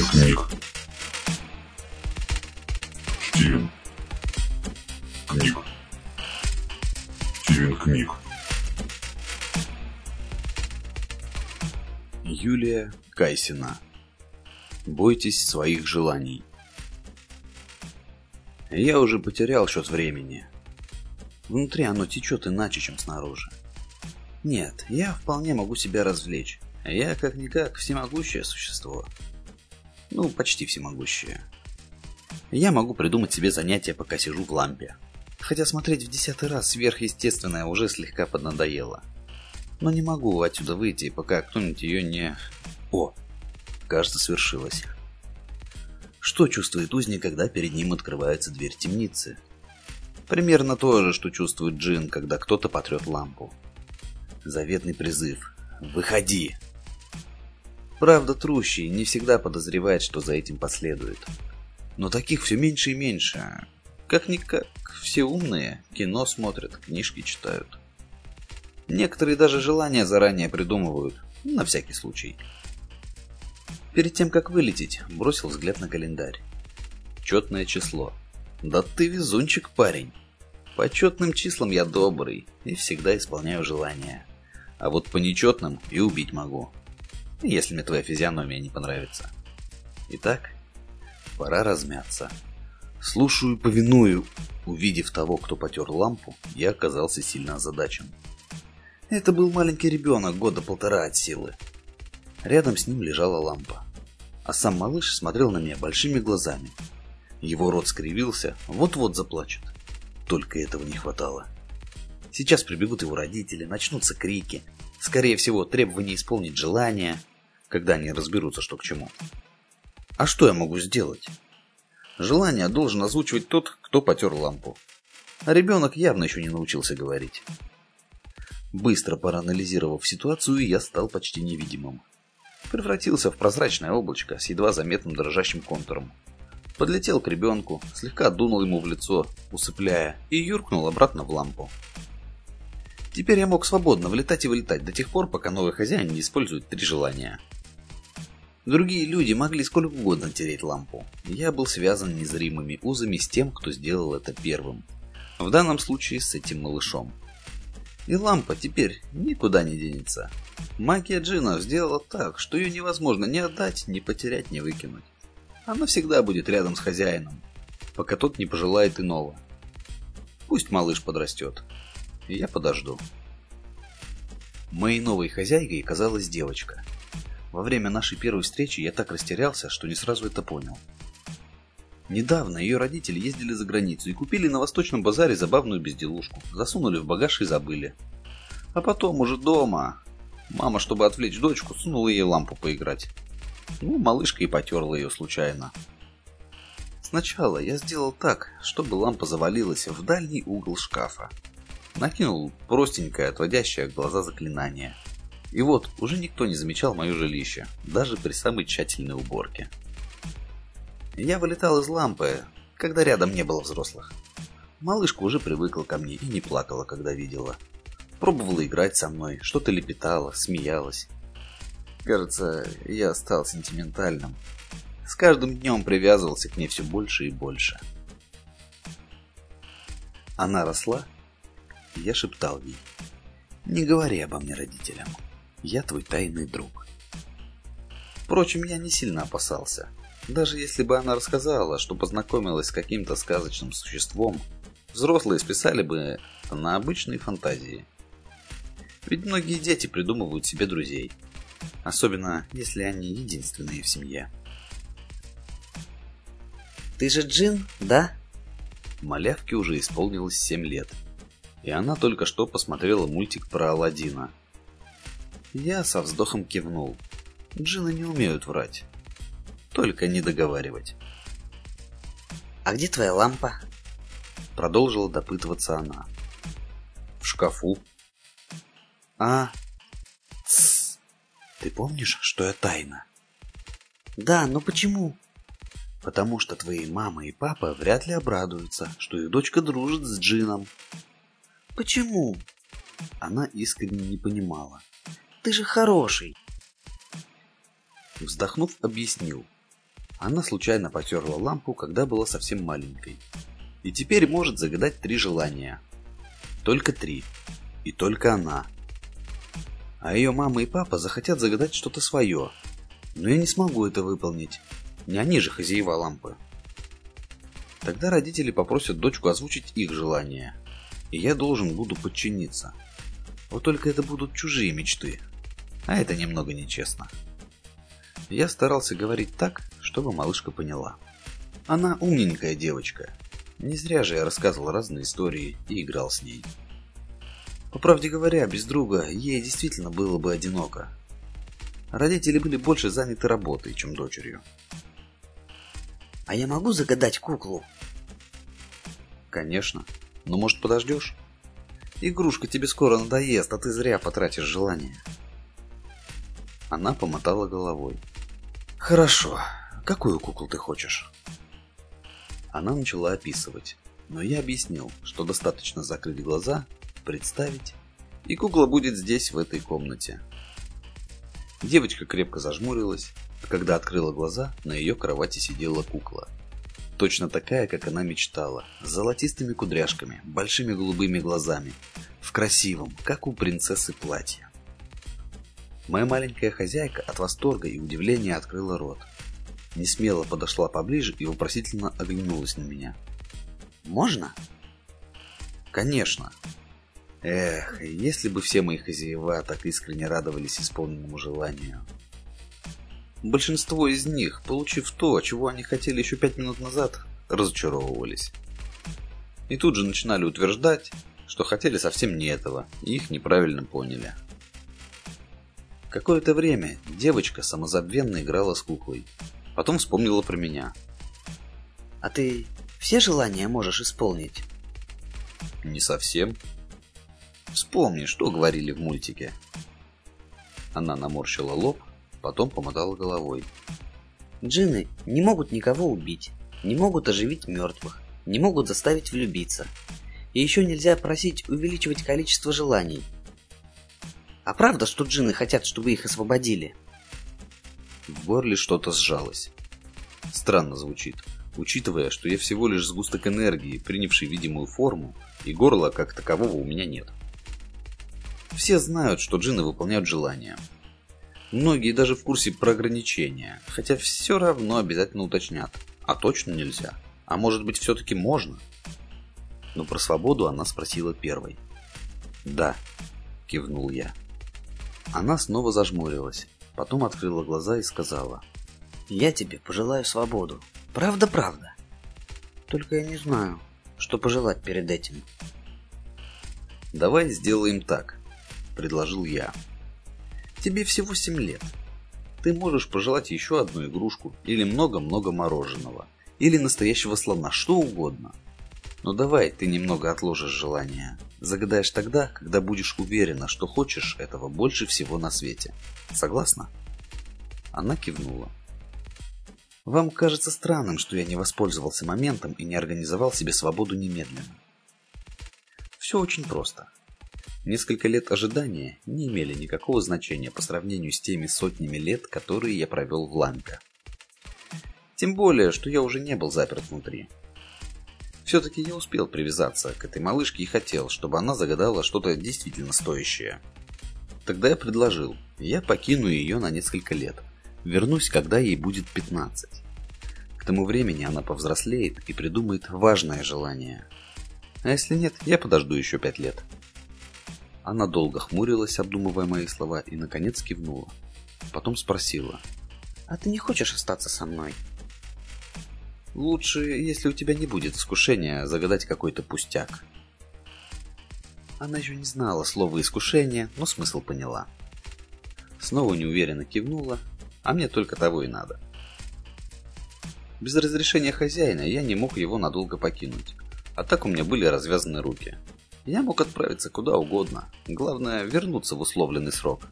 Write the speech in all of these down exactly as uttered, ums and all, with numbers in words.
книг. Стивен книг. Стивен книг. Юлия Кайсина. Бойтесь своих желаний. Я уже потерял счет времени. Внутри оно течет иначе, чем снаружи. Нет, я вполне могу себя развлечь. Я как-никак всемогущее существо. Ну, почти всемогущее. Я могу придумать себе занятия, пока сижу в лампе. Хотя смотреть в десятый раз сверхъестественное уже слегка поднадоело. Но не могу отсюда выйти, пока кто-нибудь ее не... О, кажется, свершилось. Что чувствует узник, когда перед ним открывается дверь темницы? Примерно то же, что чувствует джин, когда кто-то потрет лампу. Заветный призыв «Выходи!». Правда, трущий не всегда подозревает, что за этим последует. Но таких все меньше и меньше. Как-никак, все умные, кино смотрят, книжки читают. Некоторые даже желания заранее придумывают, на всякий случай. Перед тем, как вылететь, бросил взгляд на календарь. Четное число. Да ты везунчик, парень. По четным числам я добрый и всегда исполняю желания. А вот по нечетным и убить могу. Если мне твоя физиономия не понравится. Итак, пора размяться. Слушаю и повиную. Увидев того, кто потер лампу, я оказался сильно озадачен. Это был маленький ребенок, года полтора от силы. Рядом с ним лежала лампа. А сам малыш смотрел на меня большими глазами. Его рот скривился, вот-вот заплачет. Только этого не хватало. Сейчас прибегут его родители, начнутся крики. Скорее всего, требование исполнить желание, когда они разберутся, что к чему. А что я могу сделать? Желание должен озвучивать тот, кто потер лампу. А ребенок явно еще не научился говорить. Быстро проанализировав ситуацию, я стал почти невидимым. Превратился в прозрачное облачко с едва заметным дрожащим контуром. Подлетел к ребенку, слегка дунул ему в лицо, усыпляя, и юркнул обратно в лампу. Теперь я мог свободно влетать и вылетать до тех пор, пока новый хозяин не использует три желания. Другие люди могли сколько угодно тереть лампу. Я был связан незримыми узами с тем, кто сделал это первым. В данном случае с этим малышом. И лампа теперь никуда не денется. Магия джинов сделала так, что ее невозможно ни отдать, ни потерять, ни выкинуть. Она всегда будет рядом с хозяином, пока тот не пожелает иного. Пусть малыш подрастет. И я подожду. Моей новой хозяйкой оказалась девочка. Во время нашей первой встречи я так растерялся, что не сразу это понял. Недавно ее родители ездили за границу и купили на Восточном базаре забавную безделушку. Засунули в багаж и забыли. А потом уже дома мама, чтобы отвлечь дочку, сунула ей лампу поиграть. Ну, малышка и потерла ее случайно. Сначала я сделал так, чтобы лампа завалилась в дальний угол шкафа. Накинул простенькое, отводящее глаза заклинание. И вот, уже никто не замечал мое жилище, даже при самой тщательной уборке. Я вылетал из лампы, когда рядом не было взрослых. Малышка уже привыкла ко мне и не плакала, когда видела. Пробовала играть со мной, что-то лепетала, смеялась. Кажется, я стал сентиментальным. С каждым днем привязывался к ней все больше и больше. Она росла, и я шептал ей: «Не говори обо мне родителям. Я твой тайный друг». Впрочем, я не сильно опасался. Даже если бы она рассказала, что познакомилась с каким-то сказочным существом, взрослые списали бы это на обычные фантазии. Ведь многие дети придумывают себе друзей. Особенно, если они единственные в семье. «Ты же джин, да?» Малявке уже исполнилось семь лет. И она только что посмотрела мультик про Аладдина. Я со вздохом кивнул. Джинны не умеют врать. Только не договаривать. «А где твоя лампа?» Продолжила допытываться она. «В шкафу». «А? Тссс. Ты помнишь, что я тайна?» «Да, но почему?» «Потому что твои мама и папа вряд ли обрадуются, что их дочка дружит с джином». «Почему?» Она искренне не понимала. «Ты же хороший». Вздохнув, объяснил. Она случайно потерла лампу, когда была совсем маленькой. И теперь может загадать три желания. Только три. И только она. А ее мама и папа захотят загадать что-то свое. Но я не смогу это выполнить. Не они же хозяева лампы. Тогда родители попросят дочку озвучить их желания. И я должен буду подчиниться. Вот только это будут чужие мечты. А это немного нечестно. Я старался говорить так, чтобы малышка поняла. Она умненькая девочка. Не зря же я рассказывал разные истории и играл с ней. По правде говоря, без друга ей действительно было бы одиноко. Родители были больше заняты работой, чем дочерью. А я могу загадать куклу? Конечно. Но может подождешь? Игрушка тебе скоро надоест, а ты зря потратишь желание. Она помотала головой. Хорошо. Какую куклу ты хочешь? Она начала описывать, но я объяснил, что достаточно закрыть глаза, представить, и кукла будет здесь, в этой комнате. Девочка крепко зажмурилась, а когда открыла глаза, на ее кровати сидела кукла. Точно такая, как она мечтала, с золотистыми кудряшками, большими голубыми глазами, в красивом, как у принцессы, платье. Моя маленькая хозяйка от восторга и удивления открыла рот. Несмело подошла поближе и вопросительно оглянулась на меня. Можно? Конечно. Эх, если бы все мои хозяева так искренне радовались исполненному желанию. Большинство из них, получив то, чего они хотели еще пять минут назад, разочаровывались. И тут же начинали утверждать, что хотели совсем не этого, и их неправильно поняли. Какое-то время девочка самозабвенно играла с куклой. Потом вспомнила про меня. А ты все желания можешь исполнить? Не совсем. Вспомни, что говорили в мультике. Она наморщила лоб, потом помотала головой. Джинны не могут никого убить, не могут оживить мертвых, не могут заставить влюбиться. И еще нельзя просить увеличивать количество желаний. А правда, что джинны хотят, чтобы их освободили? В горле что-то сжалось. Странно звучит, учитывая, что я всего лишь сгусток энергии, принявший видимую форму, и горла как такового у меня нет. Все знают, что джинны выполняют желания. Многие даже в курсе про ограничения, хотя все равно обязательно уточнят. А точно нельзя? А может быть, все-таки можно? Но про свободу она спросила первой. «Да», — кивнул я. Она снова зажмурилась, потом открыла глаза и сказала: «Я тебе пожелаю свободу. Правда-правда. Только я не знаю, что пожелать перед этим». «Давай сделаем так», — предложил я. «Тебе всего семь лет. Ты можешь пожелать еще одну игрушку, или много-много мороженого, или настоящего слона, что угодно. Но давай ты немного отложишь желание. Загадаешь тогда, когда будешь уверена, что хочешь этого больше всего на свете. Согласна?» Она кивнула. «Вам кажется странным, что я не воспользовался моментом и не организовал себе свободу немедленно. Все очень просто. Несколько лет ожидания не имели никакого значения по сравнению с теми сотнями лет, которые я провел в лампе. Тем более, что я уже не был заперт внутри. Все-таки я успел привязаться к этой малышке и хотел, чтобы она загадала что-то действительно стоящее. Тогда я предложил, я покину ее на несколько лет. Вернусь, когда ей будет пятнадцать. К тому времени она повзрослеет и придумает важное желание. А если нет, я подожду еще пять лет». Она долго хмурилась, обдумывая мои слова, и наконец кивнула. Потом спросила: «А ты не хочешь остаться со мной?» «Лучше, если у тебя не будет искушения загадать какой-то пустяк». Она еще не знала слова «искушение», но смысл поняла. Снова неуверенно кивнула, а мне только того и надо. Без разрешения хозяина я не мог его надолго покинуть, а так у меня были развязаны руки. Я мог отправиться куда угодно, главное вернуться в условленный срок.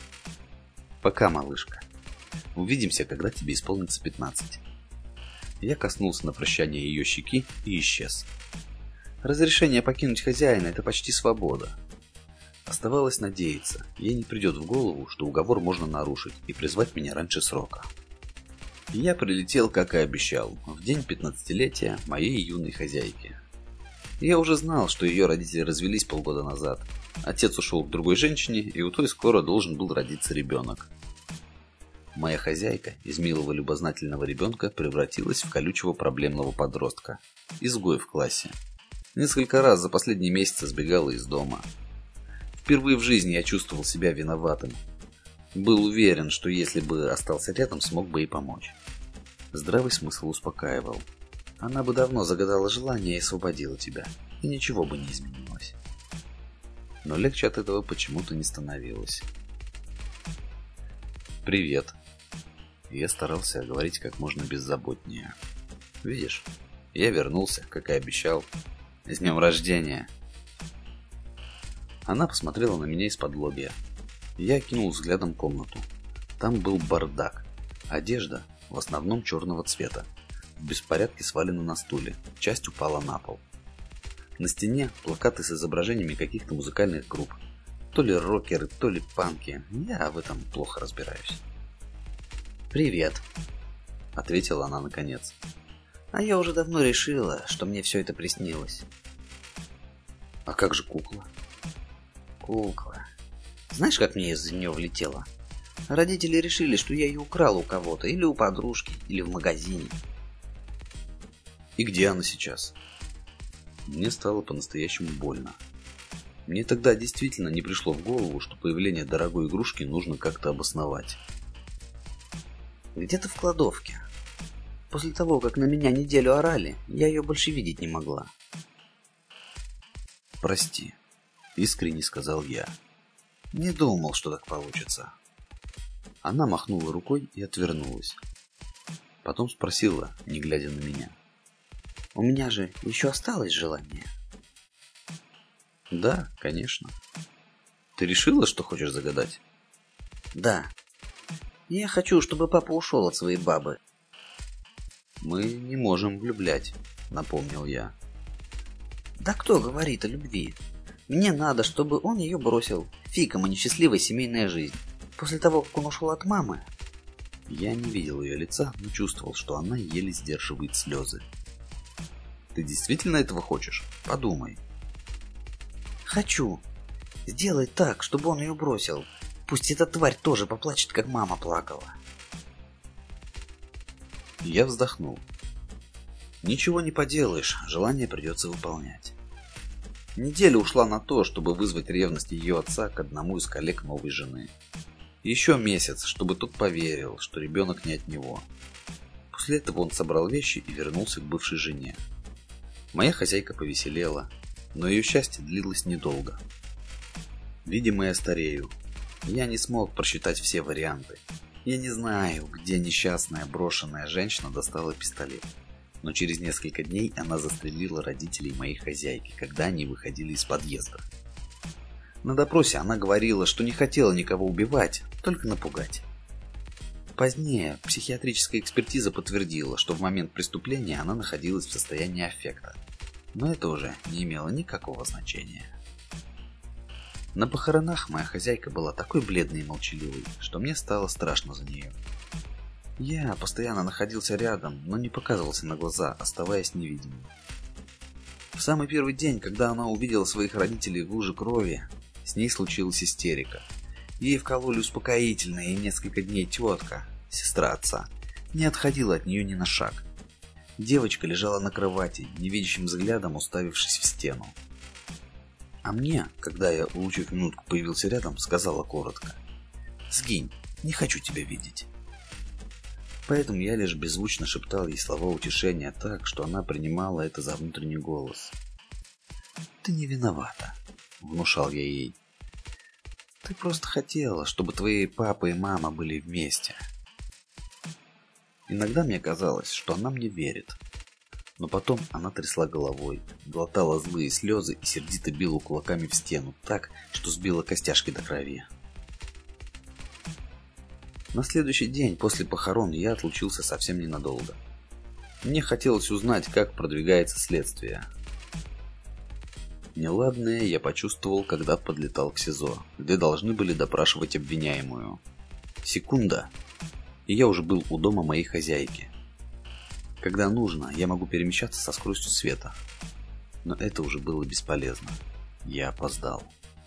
«Пока, малышка. Увидимся, когда тебе исполнится пятнадцать». Я коснулся на прощание ее щеки и исчез. Разрешение покинуть хозяина – это почти свобода. Оставалось надеяться, ей не придет в голову, что уговор можно нарушить и призвать меня раньше срока. Я прилетел, как и обещал, в день пятнадцатилетия моей юной хозяйки. Я уже знал, что ее родители развелись полгода назад. Отец ушел к другой женщине, и у той скоро должен был родиться ребенок. Моя хозяйка из милого любознательного ребенка превратилась в колючего проблемного подростка. Изгой в классе. Несколько раз за последние месяцы сбегала из дома. Впервые в жизни я чувствовал себя виноватым. Был уверен, что если бы остался рядом, смог бы ей помочь. Здравый смысл успокаивал. Она бы давно загадала желание и освободила тебя, и ничего бы не изменилось. Но легче от этого почему-то не становилось. «Привет». Я старался говорить как можно беззаботнее. «Видишь, я вернулся, как и обещал. С днем рождения!» Она посмотрела на меня из-под лобья. Я кинул взглядом комнату. Там был бардак. Одежда в основном черного цвета. В беспорядке свалена на стуле. Часть упала на пол. На стене плакаты с изображениями каких-то музыкальных групп. То ли рокеры, то ли панки. Я в этом плохо разбираюсь. «Привет», — ответила она наконец. «А я уже давно решила, что мне все это приснилось». «А как же кукла?» «Кукла. Знаешь, как мне из-за нее влетело? Родители решили, что я ее украл у кого-то, или у подружки, или в магазине». «И где она сейчас?» Мне стало по-настоящему больно. Мне тогда действительно не пришло в голову, что появление дорогой игрушки нужно как-то обосновать. «Где-то в кладовке. После того, как на меня неделю орали, я ее больше видеть не могла». «Прости», — искренне сказал я. «Не думал, что так получится». Она махнула рукой и отвернулась. Потом спросила, не глядя на меня: «У меня же еще осталось желание?» «Да, конечно. Ты решила, что хочешь загадать?» «Да. Я хочу, чтобы папа ушел от своей бабы». «Мы не можем влюблять», — напомнил я. «Да кто говорит о любви? Мне надо, чтобы он ее бросил. Фиг ему несчастливая семейная жизнь. После того, как он ушел от мамы...» Я не видел ее лица, но чувствовал, что она еле сдерживает слезы. «Ты действительно этого хочешь? Подумай». «Хочу. Сделай так, чтобы он ее бросил. Пусть эта тварь тоже поплачет, как мама плакала». Я вздохнул. Ничего не поделаешь, желание придется выполнять. Неделя ушла на то, чтобы вызвать ревность ее отца к одному из коллег новой жены. Еще месяц, чтобы тот поверил, что ребенок не от него. После этого он собрал вещи и вернулся к бывшей жене. Моя хозяйка повеселела, но ее счастье длилось недолго. Видимо, я старею. Я не смог просчитать все варианты. Я не знаю, где несчастная брошенная женщина достала пистолет. Но через несколько дней она застрелила родителей моей хозяйки, когда они выходили из подъезда. На допросе она говорила, что не хотела никого убивать, только напугать. Позднее психиатрическая экспертиза подтвердила, что в момент преступления она находилась в состоянии аффекта. Но это уже не имело никакого значения. На похоронах моя хозяйка была такой бледной и молчаливой, что мне стало страшно за нее. Я постоянно находился рядом, но не показывался на глаза, оставаясь невидимым. В самый первый день, когда она увидела своих родителей в луже крови, с ней случилась истерика. Ей вкололи успокоительное, и несколько дней тетка, сестра отца, не отходила от нее ни на шаг. Девочка лежала на кровати, невидящим взглядом уставившись в стену. А мне, когда я, улучив минутку, появился рядом, сказала коротко: «Сгинь, не хочу тебя видеть». Поэтому я лишь беззвучно шептал ей слова утешения так, что она принимала это за внутренний голос. «Ты не виновата», — внушал я ей. «Ты просто хотела, чтобы твои папа и мама были вместе». Иногда мне казалось, что она мне верит. Но потом она трясла головой, глотала злые слезы и сердито била кулаками в стену так, что сбила костяшки до крови. На следующий день после похорон я отлучился совсем ненадолго. Мне хотелось узнать, как продвигается следствие. Неладное я почувствовал, когда подлетал к СИЗО, где должны были допрашивать обвиняемую. Секунда, и я уже был у дома моей хозяйки. Когда нужно, я могу перемещаться со скоростью света. Но это уже было бесполезно. Я опоздал.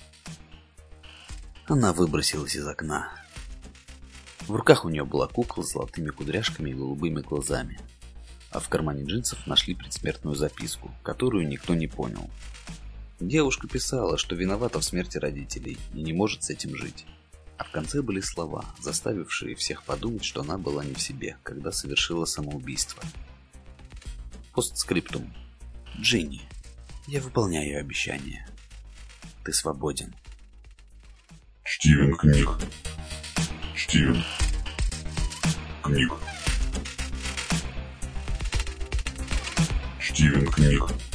Она выбросилась из окна. В руках у нее была кукла с золотыми кудряшками и голубыми глазами. А в кармане джинсов нашли предсмертную записку, которую никто не понял. Девушка писала, что виновата в смерти родителей и не может с этим жить. А в конце были слова, заставившие всех подумать, что она была не в себе, когда совершила самоубийство. Постскриптум. Джинни, я выполняю обещание. Ты свободен. Стивен Книг. Стивен Книг. Стивен Книг.